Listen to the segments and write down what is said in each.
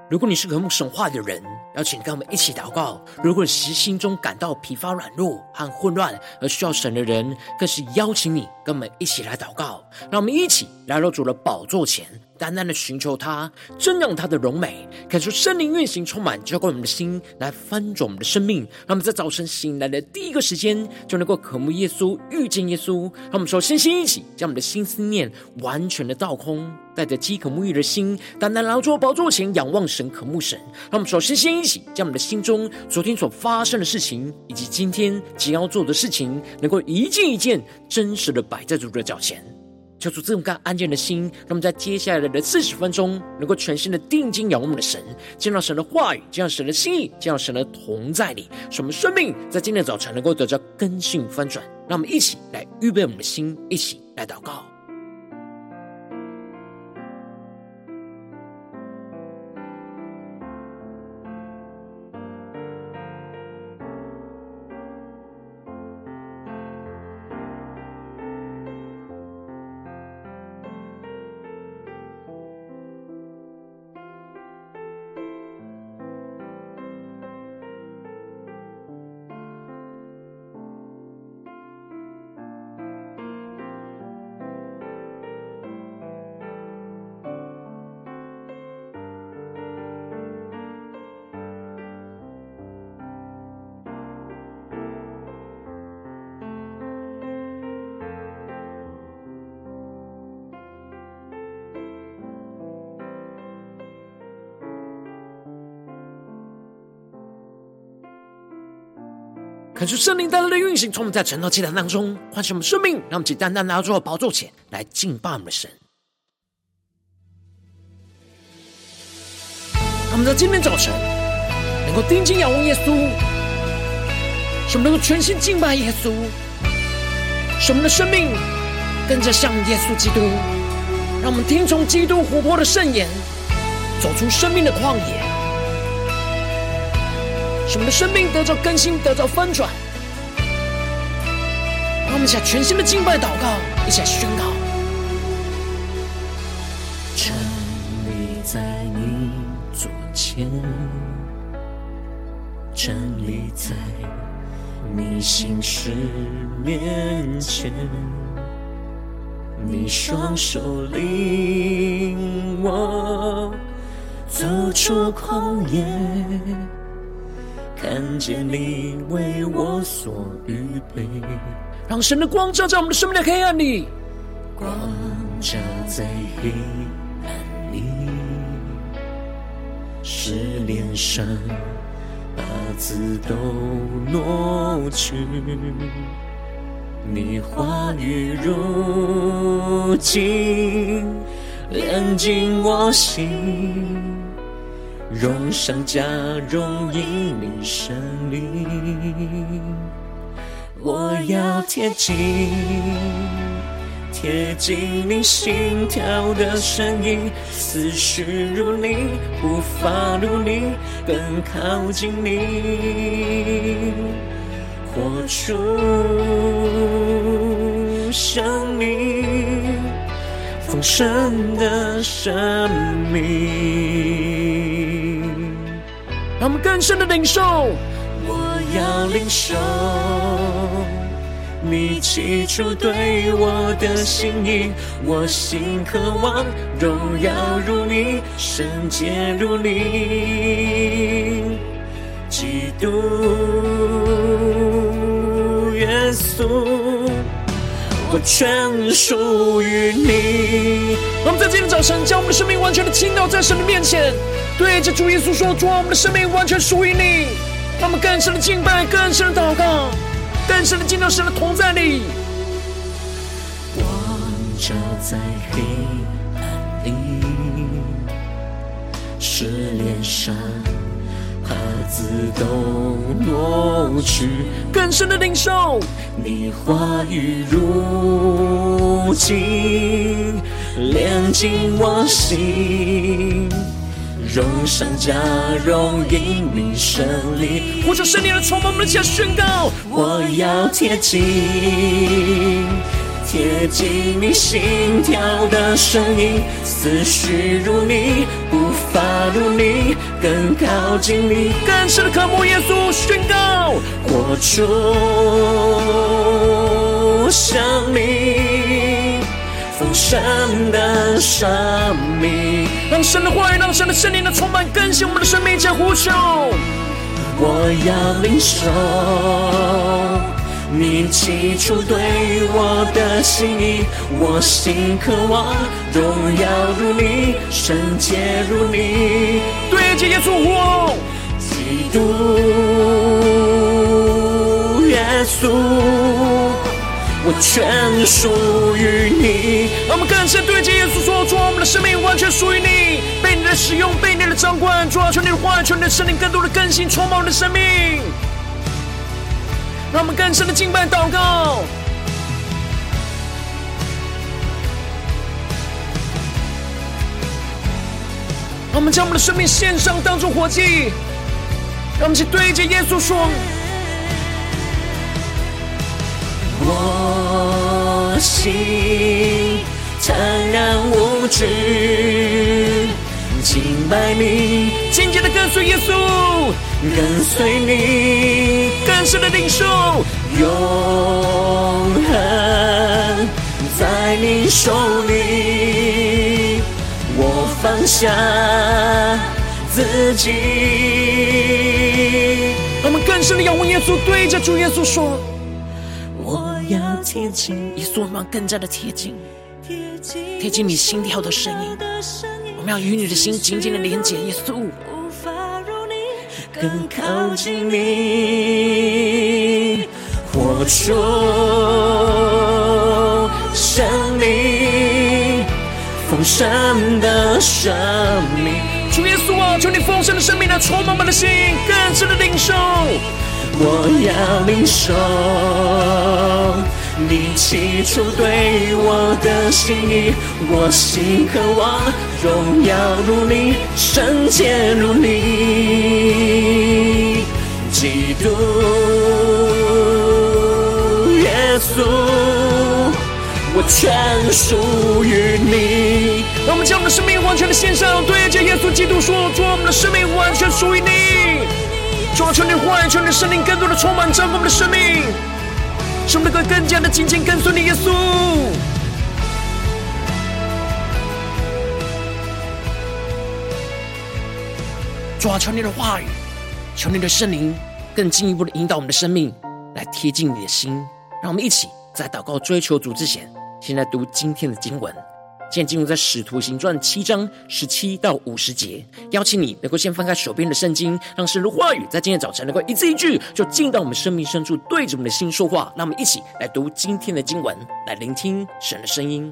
如果你是渴慕神话的人，邀请跟我们一起祷告。如果你是心中感到疲乏软弱和混乱而需要神的人，更是邀请你跟我们一起来祷告。让我们一起来到主的宝座前，单单的寻求他，瞻仰他的荣美，感受圣灵运行充满浇灌我们的心，来翻转我们的生命。让我们在早晨醒来的第一个时间，就能够渴慕耶稣，遇见耶稣。让我们首先一起将我们的心思念完全的倒空，带着饥渴沐浴的心，单单来到主的宝座前，仰望神，渴慕神。让我们首先一起将我们的心中昨天所发生的事情，以及今天即将要做的事情，能够一件一件真实的摆在主的脚前。求主这种安静的心，让我们在接下来的40分钟，能够全心的定睛仰望我们的神，见到神的话语，见到神的心意，见到神的同在里，使我们生命在今天的早晨能够得到更新翻转。让我们一起来预备我们的心，一起来祷告。恳求圣灵带来的运行，从我们在晨祷祭坛当中唤醒我们生命，让我们只单单来到主的宝座前来敬拜我们的神。让我们在今天早晨能够定睛仰望耶稣，使我们能够全心敬拜耶稣，使我们的生命跟着像耶稣基督，让我们听从基督活泼的圣言，走出生命的旷野，使我们的生命得着更新，得着翻转。让我们一起来全心的敬拜祷告，一起来宣告。 站立在你左前，站立在你心事面前，你双手领我走出旷野，看见你为我所预备， 让神的光照在我们的生命的黑暗里， 光照在黑暗里，使脸上把子都挪去，你话语如镜亮进我心，荣上加荣因你生灵，我要贴近你心跳的声音，思绪如你，无法如你，更靠近你，活出生命丰盛的生命。 让我们更深的领受， 我要领受你起初对我的心意，我心渴望荣耀如你，圣洁如你，基督耶稣，我全属于你。 让我们在今天早晨将我们的生命完全的倾倒在神的面前，对着主耶稣说，主啊，我们的生命完全属于你。让我们更深的敬拜，更深的祷告，更深的进到神的同在里。 光照在黑暗里，使脸上帕子都挪去， 更深的领受你话语如镜亮进我心，荣上加荣因你胜利， 呼求圣灵的充满，我们一起来宣告， 我要贴近贴近你心跳的声音，思绪如你，步伐如你，更靠近你。 更深的渴慕耶稣，宣告活出生命，丰盛的生命。 让神的话语，让神的圣灵的充满更新我们的生命，这样呼求。 我要领受你起初对我的心意，我心渴望荣耀如你，圣洁如你。 对接耶稣， 基督耶稣，我全属于你。 让我们更深对接耶稣说：主啊，我们的生命完全属于你，被你的使用，被你的掌管。主啊，求你的话语，求你的圣灵更多的更新充满我们的生命。让我们更深的敬拜祷告，让我们将我们的生命献上，当作活祭。让我们一起对着耶稣说： 我心坦然无惧，敬拜你， 紧紧的跟随耶稣， 跟随你， 更深的领受永恒在你手里，我放下自己。 让我们更深的仰望耶稣，对着主耶稣说： 我要贴近耶稣，我们要更加的贴近你心跳的声音。我们要与你的心紧紧的连结，耶稣， 更靠近你，活出生命，丰盛的生命。 主耶稣啊，求你丰盛的生命来充满我们的心，更深的领受。 我要领受你起初对我的心意，我心渴望荣耀如你，圣洁如你。基督耶稣，我全属于你。 让我们将我们的生命完全的献上，对着耶稣基督说：主，我们的生命完全属于你。主啊，求你的话语，求你的圣灵更多的充满掌管我们的生命，使我们能够更加的紧紧跟随你，耶稣。主啊，求你的话语，求你的圣灵更进一步的引导我们的生命，来贴近你的心。让我们一起在祷告追求主之前，现在读今天的经文。现在进入在使徒行传7章17到50节，邀请你能够先翻开手边的圣经，让神的话语在今天早晨能够一字一句就进到我们生命深处，对着我们的心说话。让我们一起来读今天的经文，来聆听神的声音。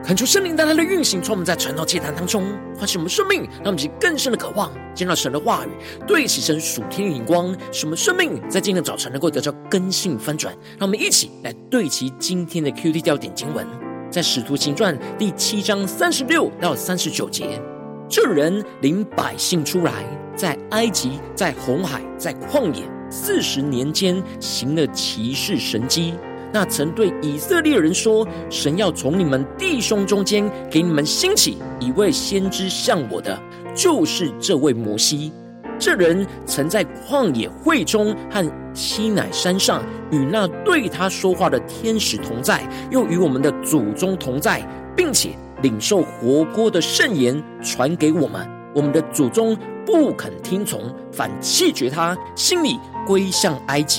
恳求圣灵带来的运行，从我们在传道祭坛当中唤醒我们生命，让我们更深的渴望见到神的话语，对齐神属天的眼光，使我们生命在今天的早晨能够得到更新翻转。让我们一起来对齐今天的 QT 调点经文，在使徒行传第7章36到39节。这人领百姓出来，在埃及，在红海，在旷野40年间行了奇事神迹。那曾对以色列人说，神要从你们弟兄中间给你们兴起一位先知像我的，就是这位摩西。这人曾在旷野会中和西乃山上与那对他说话的天使同在，又与我们的祖宗同在，并且领受活泼的圣言传给我们。我们的祖宗不肯听从，反弃绝他，心里归向埃及。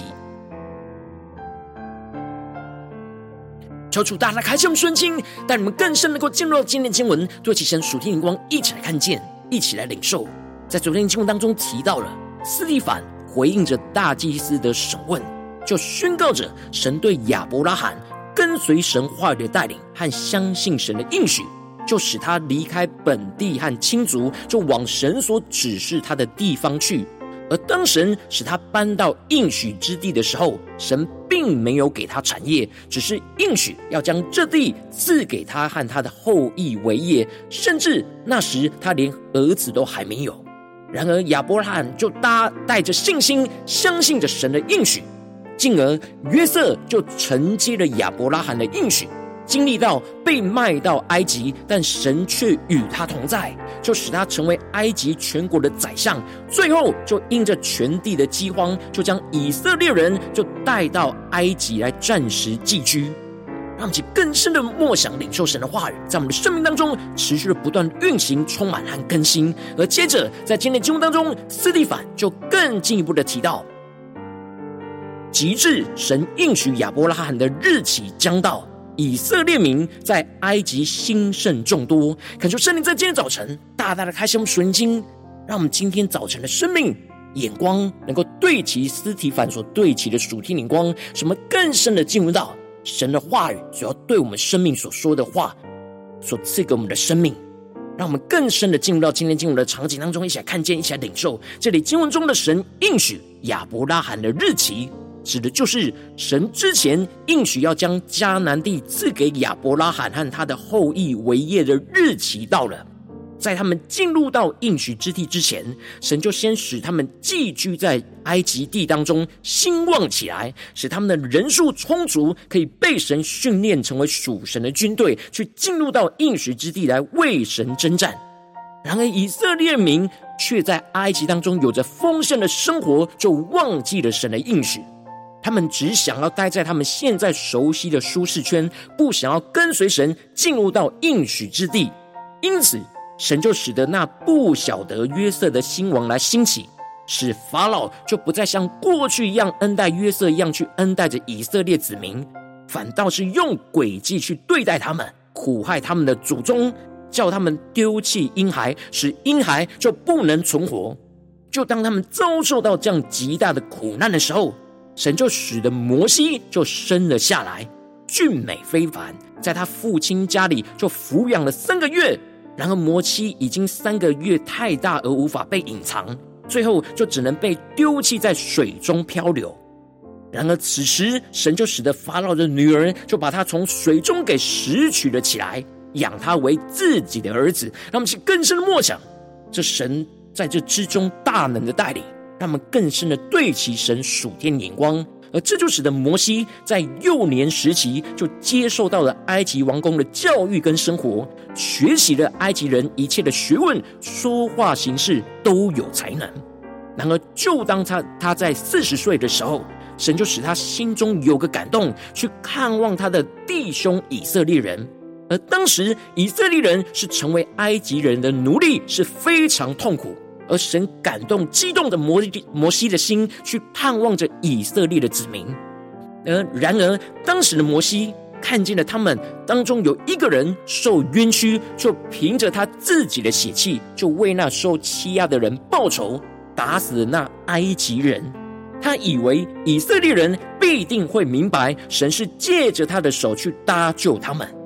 求主大大开启我们顺心，带你们更深能够进入到今天经文，对其神属天眼光一起来看见，一起来领受。在昨天经文当中提到了司提反回应着大祭司的审问，就宣告着神对亚伯拉罕跟随神话语的带领和相信神的应许，就使他离开本地和亲族，就往神所指示他的地方去。而当神使他搬到应许之地的时候，神并没有给他产业，只是应许要将这地赐给他和他的后裔为业，甚至那时他连儿子都还没有。然而亚伯拉罕就带着信心相信着神的应许，进而约瑟就承接了亚伯拉罕的应许，经历到被卖到埃及，但神却与他同在，就使他成为埃及全国的宰相。最后就因着全地的饥荒，就将以色列人就带到埃及来暂时寄居。让我们更深的默想领受神的话语，在我们的生命当中持续的不断运行，充满和更新。而接着在今天的经文当中，司提反就更进一步的提到，及至神应许亚伯拉罕的日期将到，以色列民在埃及兴盛众多。恳求圣灵在今天早晨大大的开启我们属灵经，让我们今天早晨的生命眼光能够对齐司提反所对齐的属天眼光，使我们更深的进入到神的话语所要对我们生命所说的话，所赐给我们的生命，让我们更深的进入到今天经文的场景当中，一起来看见，一起来领受。这里经文中的神应许亚伯拉罕的日期，指的就是神之前应许要将迦南地赐给亚伯拉罕和他的后裔为业的日期到了。在他们进入到应许之地之前，神就先使他们寄居在埃及地当中兴旺起来，使他们的人数充足，可以被神训练成为属神的军队，去进入到应许之地来为神征战。然而以色列民却在埃及当中有着丰盛的生活，就忘记了神的应许。他们只想要待在他们现在熟悉的舒适圈，不想要跟随神进入到应许之地。因此神就使得那不晓得约瑟的新王来兴起，使法老就不再像过去一样恩待约瑟一样去恩待着以色列子民，反倒是用诡计去对待他们，苦害他们的祖宗，叫他们丢弃婴孩，使婴孩就不能存活。就当他们遭受到这样极大的苦难的时候，神就使得摩西就生了下来，俊美非凡，在他父亲家里就抚养了3个月。然而摩西已经3个月太大而无法被隐藏，最后就只能被丢弃在水中漂流。然而此时神就使得法老的女儿就把他从水中给拾取了起来，养他为自己的儿子。让我们去更深的默想这神在这之中大能的带领，让我们更深的对齐神属天眼光。而这就使得摩西在幼年时期就接受到了埃及王宫的教育跟生活，学习了埃及人一切的学问，说话行事都有才能。然而就当他在40岁的时候，神就使他心中有个感动，去看望他的弟兄以色列人。而当时以色列人是成为埃及人的奴隶，是非常痛苦。而神感动激动的摩西的心，去盼望着以色列的子民。然而当时的摩西看见了他们当中有一个人受冤屈，就凭着他自己的血气，就为那受欺压的人报仇，打死了那埃及人。他以为以色列人必定会明白神是借着他的手去搭救他们，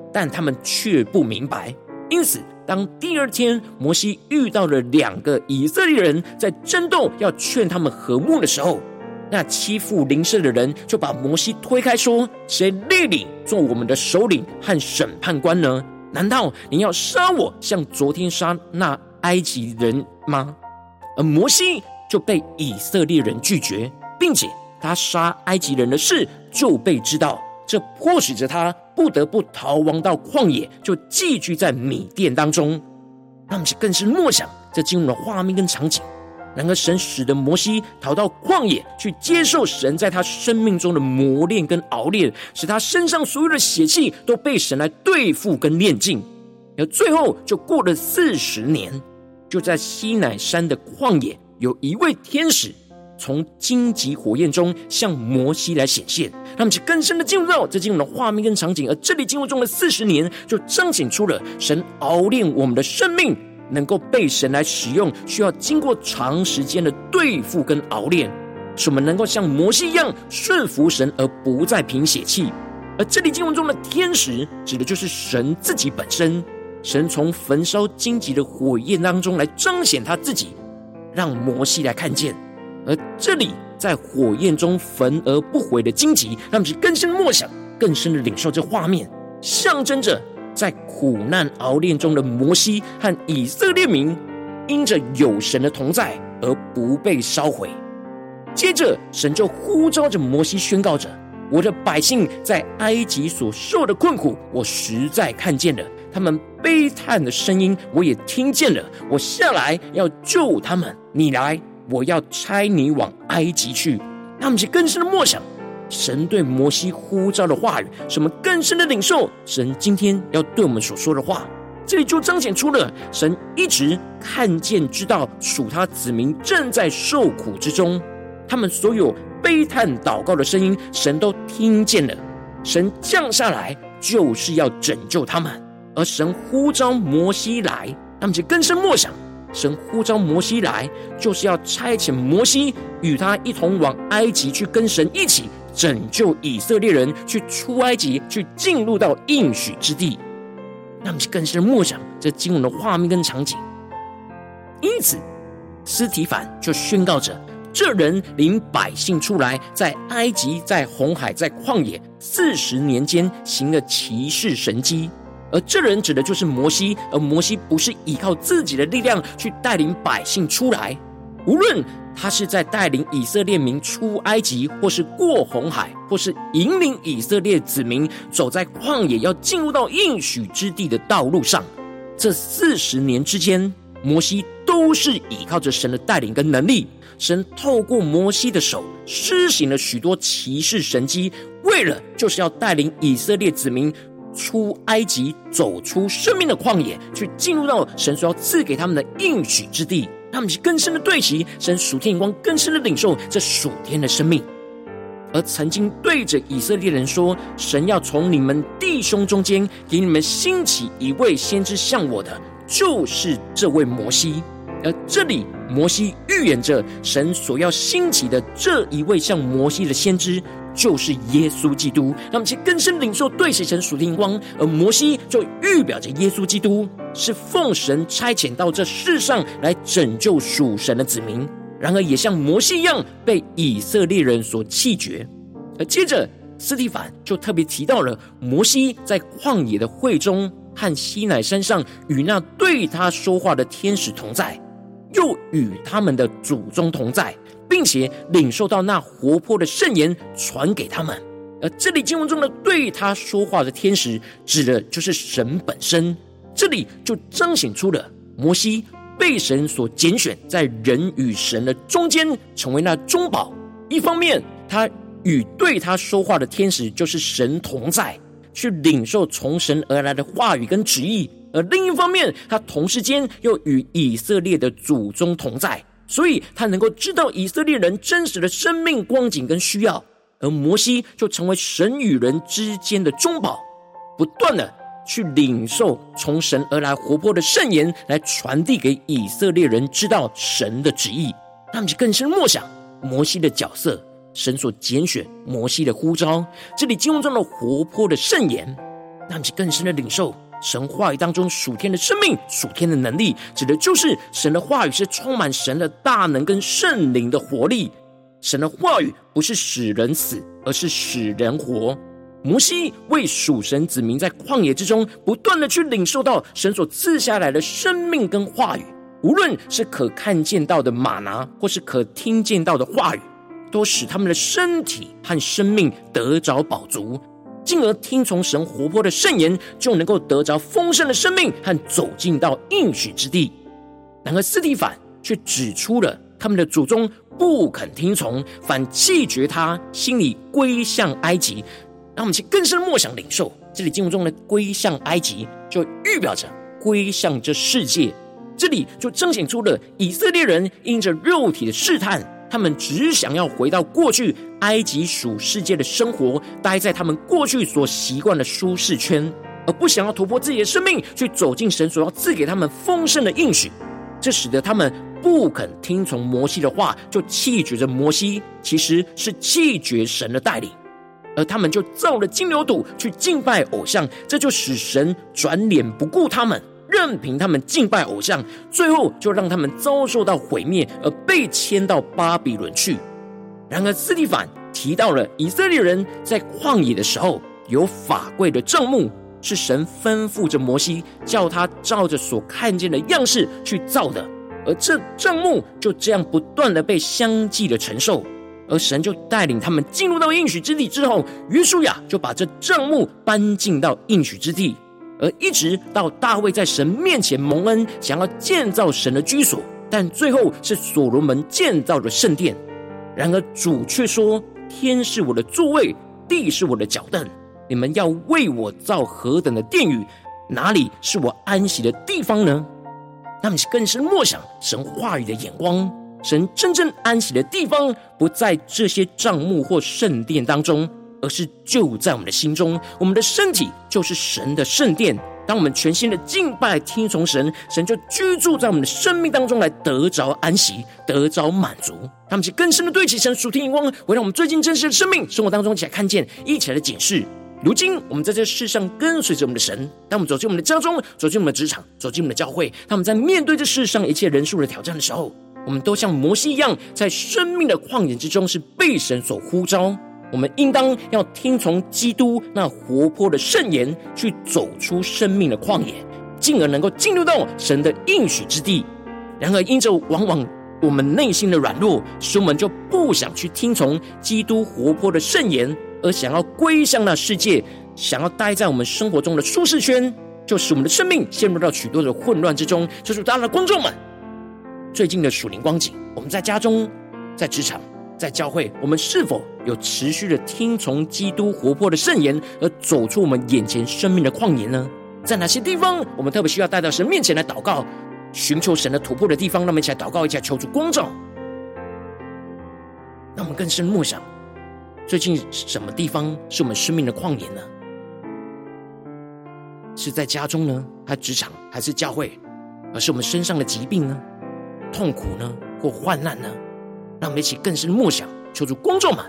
但他们却不明白。因此当第二天摩西遇到了2个以色列人在争斗，要劝他们和睦的时候，那欺负邻舍的人就把摩西推开说：谁立你做我们的首领和审判官呢？难道你要杀我，像昨天杀那埃及人吗？而摩西就被以色列人拒绝，并且他杀埃及人的事就被知道，这迫使着他不得不逃亡到旷野，就寄居在米甸当中。那么更是默想这进入了画面跟场景。然而神使得摩西逃到旷野，去接受神在他生命中的磨练跟熬炼，使他身上所有的血气都被神来对付跟炼净。而最后就过了40年，就在西乃山的旷野，有一位天使从荆棘火焰中向摩西来显现，他们就更深的进入到这进入的画面跟场景。而这里进入中的40年，就彰显出了神熬炼我们的生命能够被神来使用，需要经过长时间的对付跟熬炼，使我们能够像摩西一样顺服神，而不再凭血气。而这里经文中的天使指的就是神自己本身，神从焚烧荆棘的火焰当中来彰显他自己，让摩西来看见。而这里在火焰中焚而不毁的荆棘，让我们更深默想，更深的领受这画面，象征着在苦难熬炼中的摩西和以色列民，因着有神的同在而不被烧毁。接着神就呼召着摩西，宣告着：我的百姓在埃及所受的困苦，我实在看见了，他们悲叹的声音我也听见了，我下来要救他们，你来，我要差你往埃及去。那我们就更深的默想神对摩西呼召的话语，使我们更深的领受神今天要对我们所说的话。这里就彰显出了神一直看见知道属他子民正在受苦之中，他们所有悲叹祷告的声音神都听见了，神降下来就是要拯救他们。而神呼召摩西来，他们就更深默想神呼召摩西来，就是要差遣摩西与他一同往埃及去，跟神一起拯救以色列人，去出埃及，去进入到应许之地。那么更深默想这经文的画面跟场景。因此司提反就宣告着，这人领百姓出来，在埃及，在红海，在旷野40年间行了奇事神迹。而这人指的就是摩西，而摩西不是依靠自己的力量去带领百姓出来，无论他是在带领以色列民出埃及，或是过红海，或是引领以色列子民走在旷野要进入到应许之地的道路上，这40年之间，摩西都是依靠着神的带领跟能力。神透过摩西的手施行了许多奇事神迹，为了就是要带领以色列子民出埃及，走出生命的旷野，去进入到神所要赐给他们的应许之地。他们更深的对齐神属天眼光，更深的领受这属天的生命。而曾经对着以色列人说，神要从你们弟兄中间给你们兴起一位先知像我的，就是这位摩西。而这里摩西预言着神所要兴起的这一位像摩西的先知，就是耶稣基督。让我们更深领受对齐神属天光，而摩西就预表着耶稣基督是奉神差遣到这世上来拯救属神的子民，然而也像摩西一样被以色列人所弃绝。而接着司提反就特别提到了摩西在旷野的会中和西乃山上与那对他说话的天使同在，又与他们的祖宗同在，并且领受到那活泼的圣言传给他们。而这里经文中的对他说话的天使，指的就是神本身。这里就彰显出了摩西被神所拣选，在人与神的中间成为那中保。一方面他与对他说话的天使就是神同在，去领受从神而来的话语跟旨意，而另一方面他同时间又与以色列的祖宗同在，所以他能够知道以色列人真实的生命光景跟需要。而摩西就成为神与人之间的中保，不断的去领受从神而来活泼的圣言，来传递给以色列人知道神的旨意。他们就更深默想摩西的角色，神所拣选摩西的呼召。这里经文中的活泼的圣言， 让我们更深的领受神话语当中属天的生命、属天的能力，指的就是神的话语是充满神的大能跟圣灵的活力。神的话语不是使人死，而是使人活。摩西为属神子民在旷野之中不断的去领受到神所赐下来的生命跟话语，无论是可看见到的玛拿，或是可听见到的话语，都使他们的身体和生命得着饱足，进而听从神活泼的圣言，就能够得着丰盛的生命和走进到应许之地。然而斯提反却指出了他们的祖宗不肯听从，反弃绝他，心里归向埃及。让我们去更深默想领受这里经文中的归向埃及，就预表着归向这世界。这里就彰显出了以色列人因着肉体的试探，他们只想要回到过去埃及属世界的生活，待在他们过去所习惯的舒适圈，而不想要突破自己的生命，去走进神所要赐给他们丰盛的应许。这使得他们不肯听从摩西的话，就弃绝着摩西，其实是弃绝神的带领。而他们就造了金牛犊去敬拜偶像，这就使神转脸不顾他们，任凭他们敬拜偶像，最后就让他们遭受到毁灭，而被迁到巴比伦去。然而斯提反提到了以色列人在旷野的时候有法柜的帐幕，是神吩咐着摩西叫他照着所看见的样式去造的，而这帐幕就这样不断的被相继的承受。而神就带领他们进入到应许之地之后，约书亚就把这帐幕搬进到应许之地，而一直到大卫在神面前蒙恩，想要建造神的居所，但最后是所罗门建造的圣殿。然而主却说，天是我的座位，地是我的脚凳，你们要为我造何等的殿宇，哪里是我安息的地方呢？他们更是默想神话语的眼光，神真正安息的地方不在这些帐幕或圣殿当中，而是就在我们的心中。我们的身体就是神的圣殿，当我们全心的敬拜听从神，神就居住在我们的生命当中，来得着安息，得着满足。他们是更深的对齐神属天眼光，回到我们最近真实的生命生活当中，一起来看见，一起来检视。如今我们在这世上跟随着我们的神，当我们走进我们的家中，走进我们的职场，走进我们的教会，当我们在面对这世上一切人数的挑战的时候，我们都像摩西一样，在生命的旷野之中是被神所呼召。我们应当要听从基督那活泼的圣言，去走出生命的旷野，进而能够进入到神的应许之地。然而因着往往我们内心的软弱，使我们就不想去听从基督活泼的圣言，而想要归向那世界，想要待在我们生活中的舒适圈，就使我们的生命陷入到许多的混乱之中。就是大家的观众们，最近的属灵光景，我们在家中、在职场、在教会，我们是否有持续的听从基督活泼的圣言，而走出我们眼前生命的旷野呢？在哪些地方我们特别需要带到神面前来祷告，寻求神的突破的地方？让我们一起来祷告，一起来求主光照。让我们更深默想，最近什么地方是我们生命的旷野呢？是在家中呢，还是职场，还是教会？而是我们身上的疾病呢？痛苦呢？或患难呢？让我们一起更深默想，求主光照们。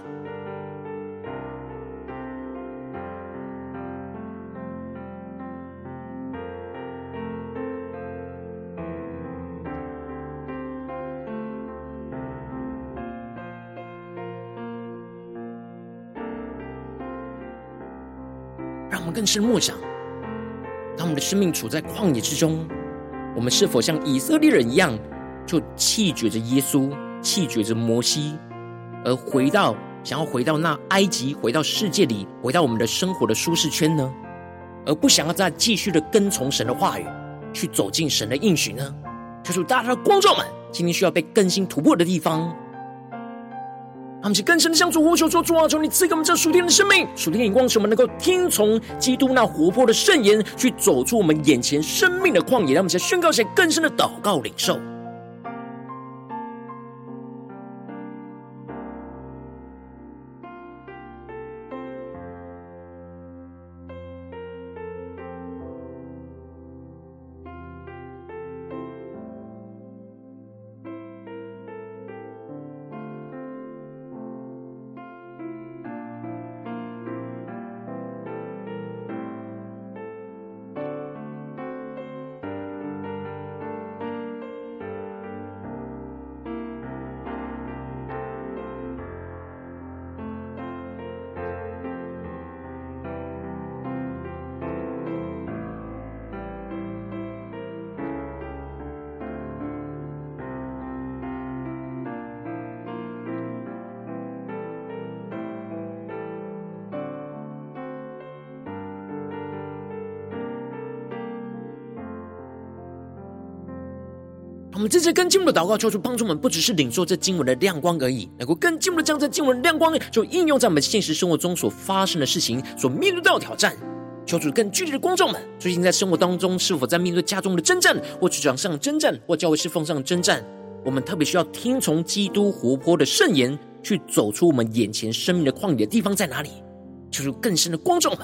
让我们更深默想，当我们的生命处在旷野之中，我们是否像以色列人一样，就弃绝着耶稣，弃绝着摩西，而想要回到那埃及，回到世界里，回到我们的生活的舒适圈呢？而不想要再继续的跟从神的话语，去走进神的应许呢？就是大家的观众们，今天需要被更新突破的地方，他们是更深的向主呼求说：主啊，求你赐给我们这属天的生命、属天的眼光，使我们能够听从基督那活泼的圣言，去走出我们眼前生命的旷野。让我们先宣告，些更深的祷告领受。 我们这次更进一步的祷告，求主帮助我们，不只是领受这经文的亮光而已，能够更进一步的将这经文的亮光，就应用在我们现实生活中所发生的事情，所面对到的挑战。求主更具体的光照们，最近在生活当中是否在面对家中的征战，或职场上的征战，或教会侍奉上的征战？我们特别需要听从基督活泼的圣言，去走出我们眼前生命的旷野的地方在哪里？求主更深的光照们。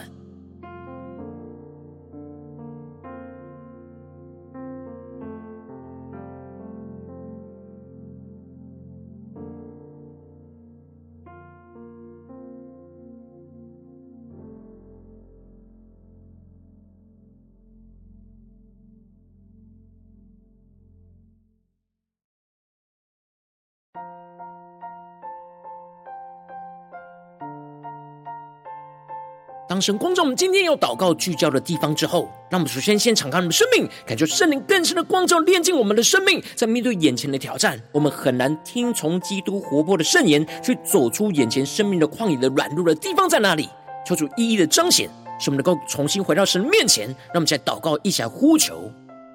当神光照我们今天要祷告聚焦的地方之后，让我们首先敞开我们的生命，感受圣灵更深的光照炼净我们的生命。在面对眼前的挑战，我们很难听从基督活泼的圣言，去走出眼前生命的旷野的软弱的地方在哪里？求主一一的彰显，使我们能够重新回到神的面前。让我们在祷告一起来呼求。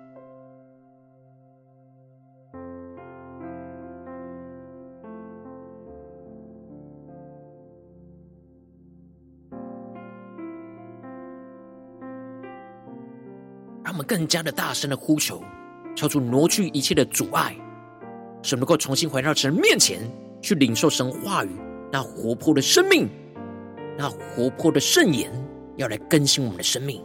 让我们更加的大声的呼求，求主挪去一切的阻碍，使我们能够重新回到神面前，去领受神话语那活泼的生命，那活泼的圣言，要来更新我们的生命。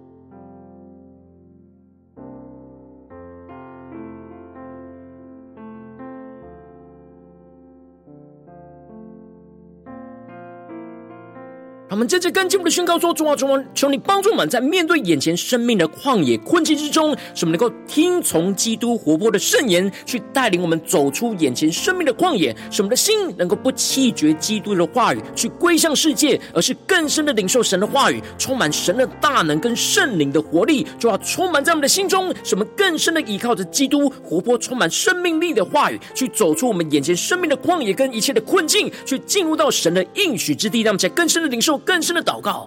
我们接着更进一步的宣告说，主啊，求你帮助我们在面对眼前生命的旷野困境之中，使我们能够听从基督活泼的圣言，去带领我们走出眼前生命的旷野，使我们的心能够不弃绝基督的话语，去归向世界，而是更深的领受神的话语，充满神的大能跟圣灵的活力，就要充满在我们的心中，使我们更深的依靠着基督活泼充满生命力的话语，去走出我们眼前生命的旷野跟一切的困境，去进入到神的应许之地，让我们才更深的领受，更深的祷告，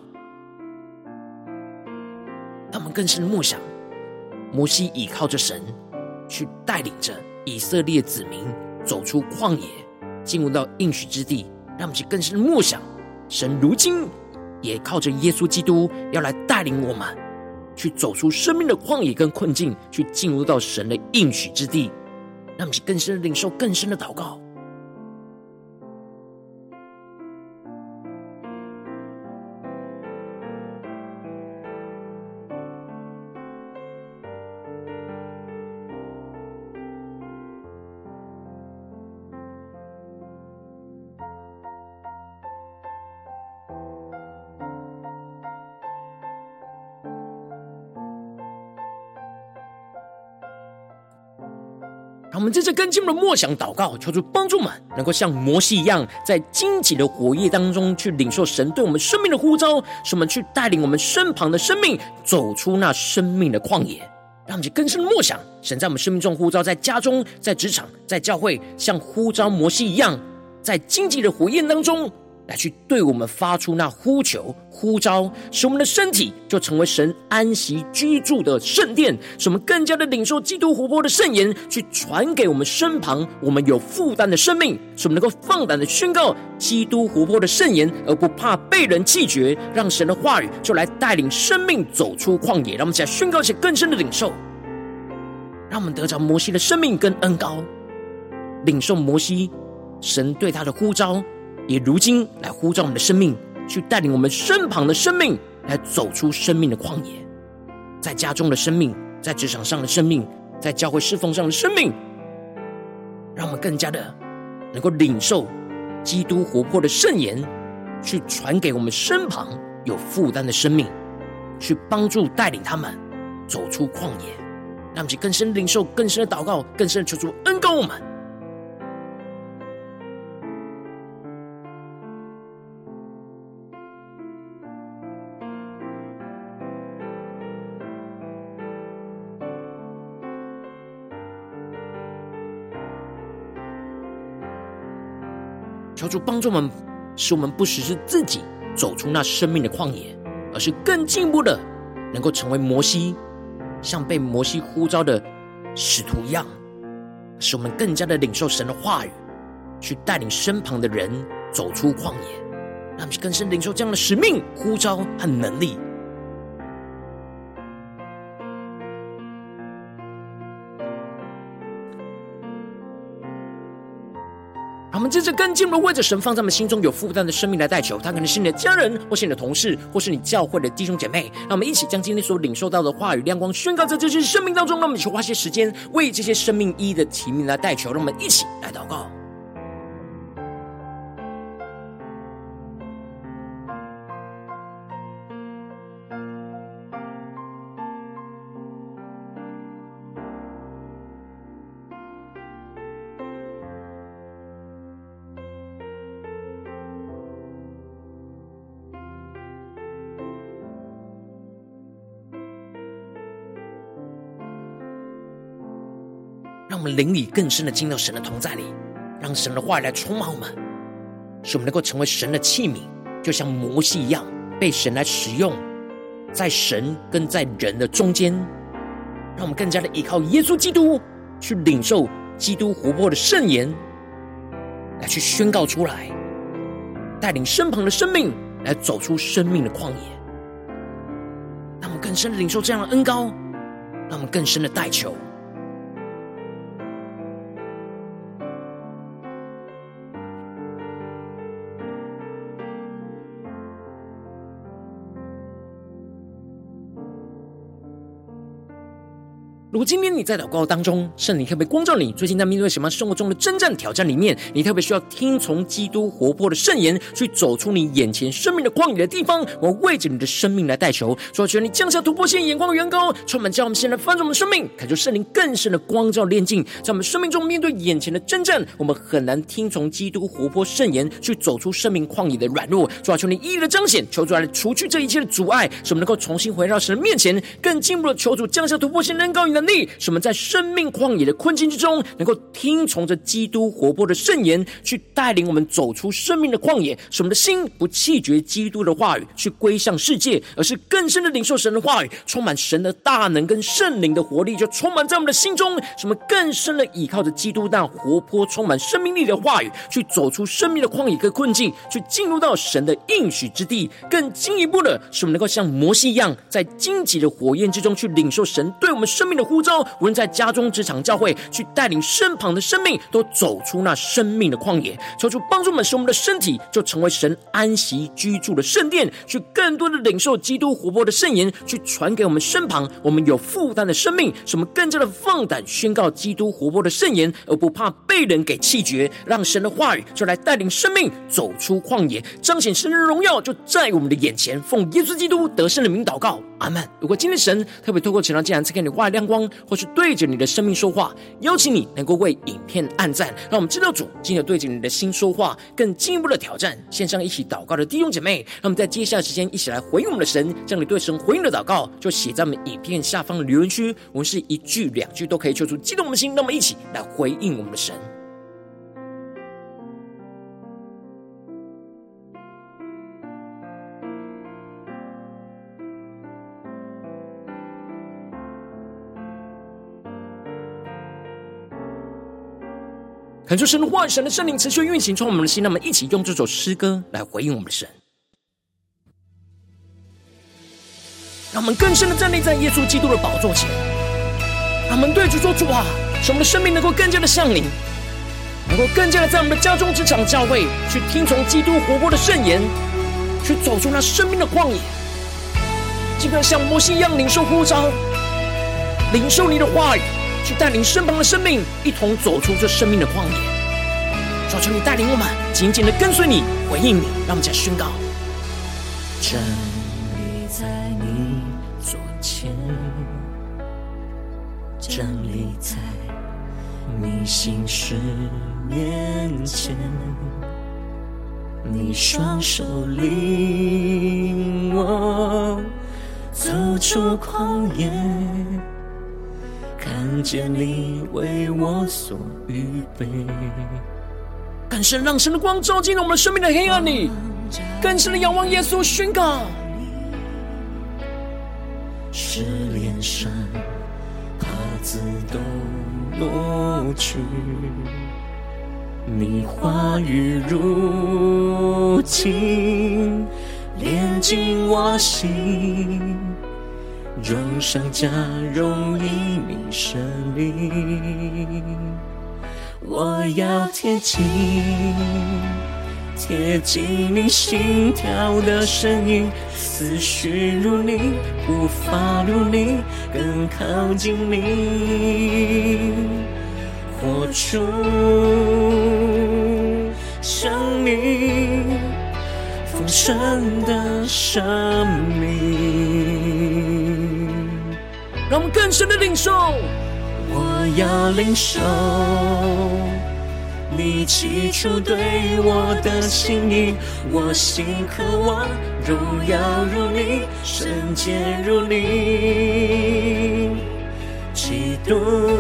让我们更深的默想，摩西倚靠着神，去带领着以色列子民走出旷野，进入到应许之地。让我们去更深的默想，神如今也靠着耶稣基督，要来带领我们去走出生命的旷野跟困境，去进入到神的应许之地。让我们去更深的领受，更深的祷告。让我们在这更进一步的默想祷告，求主帮助我们能够像摩西一样，在荆棘的火焰当中去领受神对我们生命的呼召，使我们去带领我们身旁的生命走出那生命的旷野。让我们更深的默想，神在我们生命中呼召，在家中、在职场、在教会，像呼召摩西一样，在荆棘的火焰当中来去对我们发出那呼求呼召，使我们的身体就成为神安息居住的圣殿，使我们更加的领受基督活泼的圣言，去传给我们身旁我们有负担的生命，使我们能够放胆的宣告基督活泼的圣言，而不怕被人弃绝，让神的话语就来带领生命走出旷野。让我们再宣告一些更深的领受，让我们得着摩西的生命跟恩膏，领受摩西神对他的呼召，也如今来呼召我们的生命，去带领我们身旁的生命来走出生命的旷野，在家中的生命，在职场上的生命，在教会侍奉上的生命，让我们更加的能够领受基督活泼的圣言，去传给我们身旁有负担的生命，去帮助带领他们走出旷野。让我们去更深的领受，更深的祷告，更深的求主恩膏我们。求主帮助我们，使我们不只是自己走出那生命的旷野，而是更进一步的能够成为摩西，像被摩西呼召的使徒一样， 使我们更加的领受神的话语，去带领身旁的人走出旷野，让我们更深领受这样的使命、呼召和能力。我们接着更进一步为着神放在我们心中有负担的生命来代求，他可能是你的家人，或是你的同事，或是你教会的弟兄姐妹。让我们一起将今天所领受到的话语亮光宣告在这些生命当中，让我们一起花些时间为这些生命意义的提名来代求。让我们一起来祷告。让我们灵里更深的进到神的同在里，让神的话语来充满我们，使我们能够成为神的器皿，就像摩西一样被神来使用，在神跟在人的中间。让我们更加的依靠耶稣基督，去领受基督活泼的圣言，来去宣告出来，带领身旁的生命来走出生命的旷野。让我们更深的领受这样的恩膏，让我们更深的代求。如果今天你在祷告当中，圣灵特别光照你，最近在面对什么生活中的征战挑战里面，你特别需要听从基督活泼的圣言，去走出你眼前生命的旷野的地方，我为着你的生命来代求，说求你降下突破性眼光的远高，充满将我们现在翻转我们的生命，恳求圣灵更深的光照炼净，在我们生命中面对眼前的征战，我们很难听从基督活泼圣言，去走出生命旷野的软弱。主啊，求你一一的彰显，求主来除去这一切的阻碍，使我们能够重新回到神的面前，更进一步的求主降下突破性恩膏与能力，使我们在生命旷野的困境之中，能够听从着基督活泼的圣言，去带领我们走出生命的旷野，使我们的心不弃绝基督的话语，去归向世界，而是更深的领受神的话语，充满神的大能跟圣灵的活力，就充满在我们的心中，使我们更深的依靠着基督那活泼充满生命力的话语，去走出生命的旷野跟困境，去进入到神的应许之地，更进一步的使我们能够像摩西一样，在荆棘的火焰之中去领受神对我们生命的呼召，无论在家中职场教会，去带领身旁的生命都走出那生命的旷野，求主帮助我们，使我们的身体就成为神安息居住的圣殿，去更多的领受基督活泼的圣言，去传给我们身旁我们有负担的生命，使我们更加的放胆宣告基督活泼的圣言，而不怕被人给弃绝，让神的话语就来带领生命走出旷野，彰显神的荣耀就在我们的眼前。奉耶稣基督得胜的名祷告，阿们。如果今天神特别透过晨祷祭坛赐给你话语亮光，或是对着你的生命说话，邀请你能够为影片按赞，让我们知道主今天对着你的心说话，更进一步的挑战线上一起祷告的弟兄姐妹，让我们在接下来时间一起来回应我们的神，将你对神回应的祷告就写在我们影片下方的留言区，我们是一句两句都可以求出激动我们的心，让我们一起来回应我们的神。恳求神的话语、神的圣灵持续运行从我们的心，让我们一起用这首诗歌来回应我们的神，让我们更深的站立在耶稣基督的宝座前，让我们对主说：主啊，使我们的生命能够更加的像你，能够更加的在我们的家中职场教会去听从基督活泼的圣言，去走出那生命的旷野，就像像摩西一样领受呼召，领受你的话语，去带领身旁的生命一同走出这生命的旷野。主，求你带领我们紧紧的跟随你，回应你，让我们再宣告： 站立在你左前，站立在你心事面前，你双手领我走出旷野，看见你为我所预备， 更深让神的光照进了我们生命的黑暗里，更深的仰望耶稣，宣告： 是脸上帕子都挪去。你话语如金，炼进我心，荣上加荣因你生灵。我要贴近你心跳的声音，思绪如你，步伐如你，更靠近你，活出生命丰盛的生命。 让我们更深的领受， 我要领受你起初对我的心意，我心渴望荣耀如你，圣洁如你，基督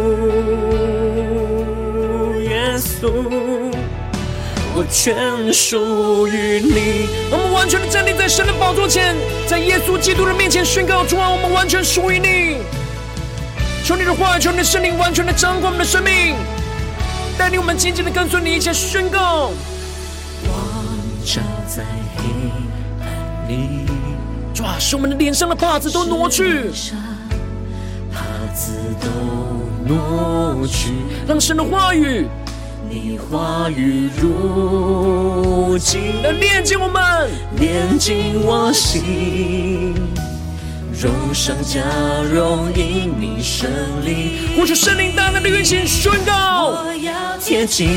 耶稣，我全属于你。 我们完全的站立在神的宝座前，在耶稣基督的面前宣告：主啊，我们完全属于你。求你的话语，求你的圣灵完全的掌管我们的生命，带领我们紧紧的跟随你，一起宣告。 光照在黑暗里， 主啊，使我们的脸上的帕子都挪去， 帕子都挪去， 让神的话语， 你话语如金， 来炼净我们， 炼净我心，荣上加荣因你生灵。 呼求圣灵大能的运行，宣告。 我要贴近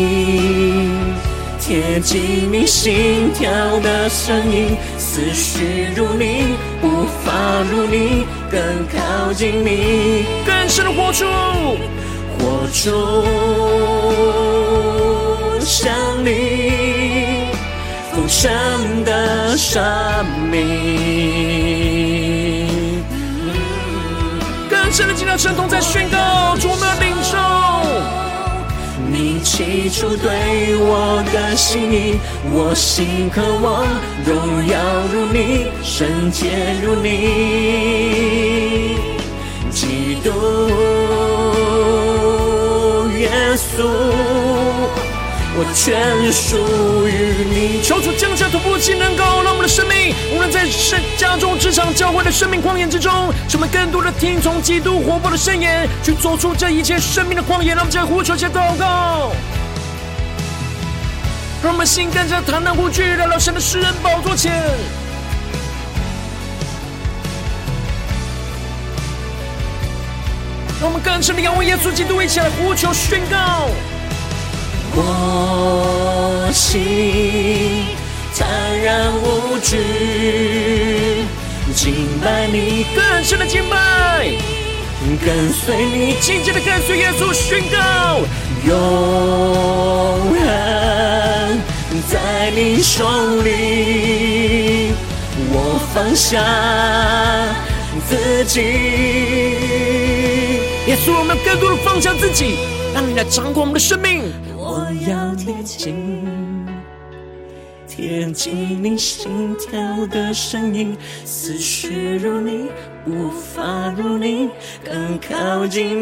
你心跳的声音，思绪如你，步伐如你，更靠近你， 更深的活出像你丰盛的生命。 更深的进到神同在宣告，主，我们要领受你起初对我的心意，我心渴望荣耀如你，圣洁如你，基督耶稣，我全属于你。 求主降下突破性能够让我们的生命，无论在家中、职场、教会的生命旷野之中，使我们更多的听从基督活泼的圣言，去走出这一切生命的旷野。让我们再呼求、祷告，让我们心跟着坦然无惧来到神的施恩宝座前，让我们更深的仰望耶稣基督，一起来呼求宣告。 我心坦然无惧，敬拜你， 更深的敬拜， 跟随你， 紧紧的跟随耶稣，宣告永恒在你手里，我放下自己。 耶稣，我们要更多的放下自己，让你来掌管我们的生命。 我要贴近你心跳的声音，思绪如你，步伐如你，更靠近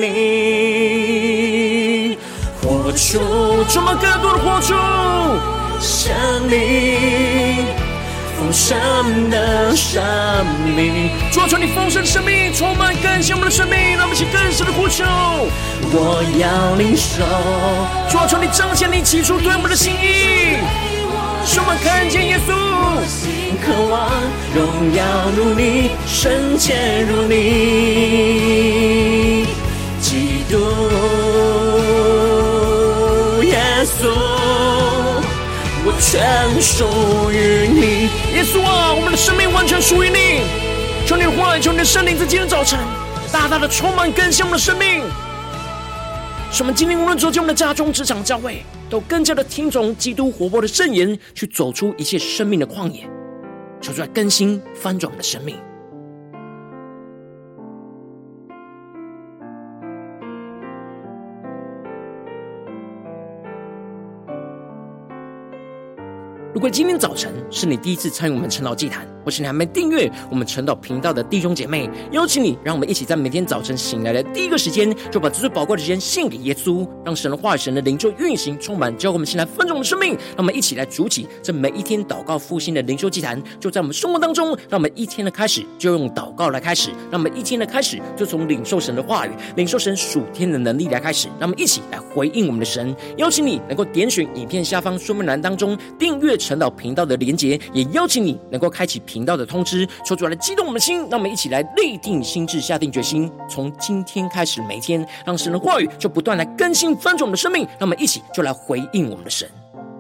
你，活出充满更多的活出像你丰盛的生命。 主啊，求你丰盛的生命充满更新我们的生命，让我们一起更深的呼求。 我要领受， 主啊，求你彰显你起初对我们的心意，使我们看见耶稣， 渴望荣耀如你，圣洁如你，基督耶稣，我全属于你。 耶稣啊，我们的生命完全属于你。求你的话语，求你的圣灵在今天早晨大大的充满更新我们的生命，使我们今天无论走进我们的家中、职场、教会，都更加的听从基督活泼的圣言，去走出一切生命的旷野，求主来更新翻转我们的生命。如果今天早晨是你第一次参与我们晨祷祭坛， 或是你还没订阅我们晨祷频道的弟兄姐妹，邀请你，让我们一起在每天早晨醒来的第一个时间，就把最宝贵的时间献给耶稣，让神的话语、神的灵就运行充满，教会我们现在分盛的生命。让我们一起来筑起这每一天祷告复兴的灵修祭坛，就在我们生活当中。让我们一天的开始就用祷告来开始，让我们一天的开始就从领受神的话语、领受神属天的能力来开始。让我们一起来回应我们的神。邀请你能够点选影片下方说明栏当中订阅晨祷频道的连结，也邀请你能够开启频道的通知，求主来激动我们的心。让我们一起来立定心志，下定决心，从今天开始每一天，让神的话语就不断来更新翻转我们的生命。让我们一起就来回应我们的神。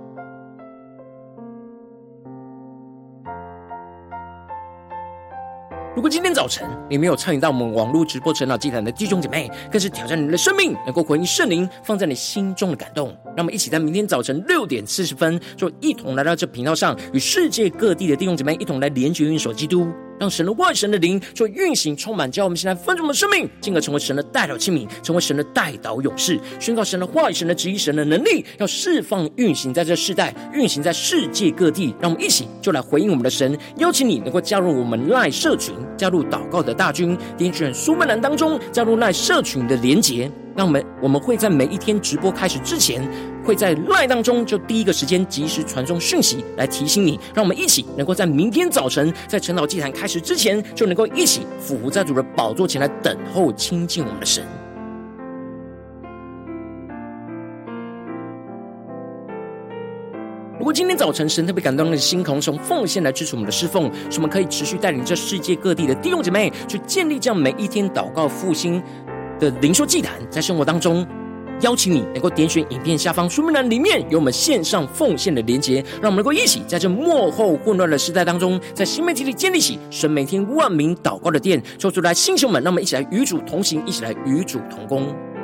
如果今天早晨你没有参与到我们网络直播晨祷祭坛的弟兄姐妹，更是挑战你的生命，能够回应圣灵放在你心中的感动。让我们一起在明天早晨6点40分，就一同来到这频道上，与世界各地的弟兄姐妹一同来连结运手基督，让神的话语、神的灵就运行充满，教我们现在分盛我们的生命，进而成为神的代祷器皿，成为神的代祷勇士，宣告神的话语、神的旨意、神的能力，要释放运行在这世代，运行在世界各地。让我们一起就来回应我们的神。邀请你能够加入我们 LINE 社群，加入祷告的大军，点选书本栏当中加入 LINE 社群的连结。让我们会在每一天直播开始之前，会在 LINE 当中就第一个时间及时传送讯息来提醒你。让我们一起能够在明天早晨在晨祷祭坛开始之前，就能够一起俯伏在主的宝座前来等候亲近我们的神。如果今天早晨神特别感动你的心，可以从奉献来支持我们的侍奉，使我们可以持续带领这世界各地的弟兄姐妹去建立这样每一天祷告复兴的灵修祭坛，在生活当中邀请你能够点选影片下方说明栏里面有我们线上奉献的连结，让我们能够一起在这末后混乱的时代当中，在新媒体里建立起神每天万名祷告的殿。求主来弟兄们，让我们一起来与主同行，一起来与主同工。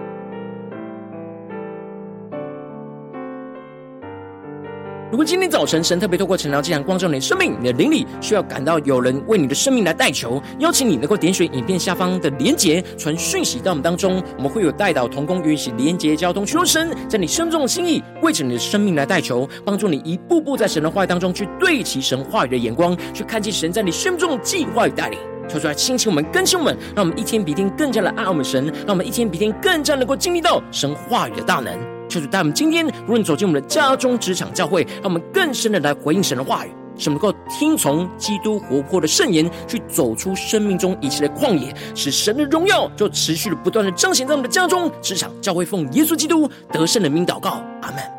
如果今天早晨神特别透过晨祷祭坛光照你的生命，你的灵里需要感到有人为你的生命来代求，邀请你能够点选影片下方的连结，传讯息到我们当中。我们会有代祷同工，与你连结交通，求神在你生命中的心意，为着你的生命来代求，帮助你一步步在神的话语当中去对齐神话语的眼光，去看见神在你生命中的计划与带领。求出来亲近我们，更新我们，让我们一天比一天更加的爱我们神，让我们一天比一天更加能够经历到神话语的大能。求主带我们今天无论走进我们的家中、职场、教会，让我们更深的来回应神的话语，使我们能够听从基督活泼的圣言，去走出生命中一切的旷野，使神的荣耀就持续的不断的彰显在我们的家中、职场、教会，奉耶稣基督得胜的名祷告，阿们。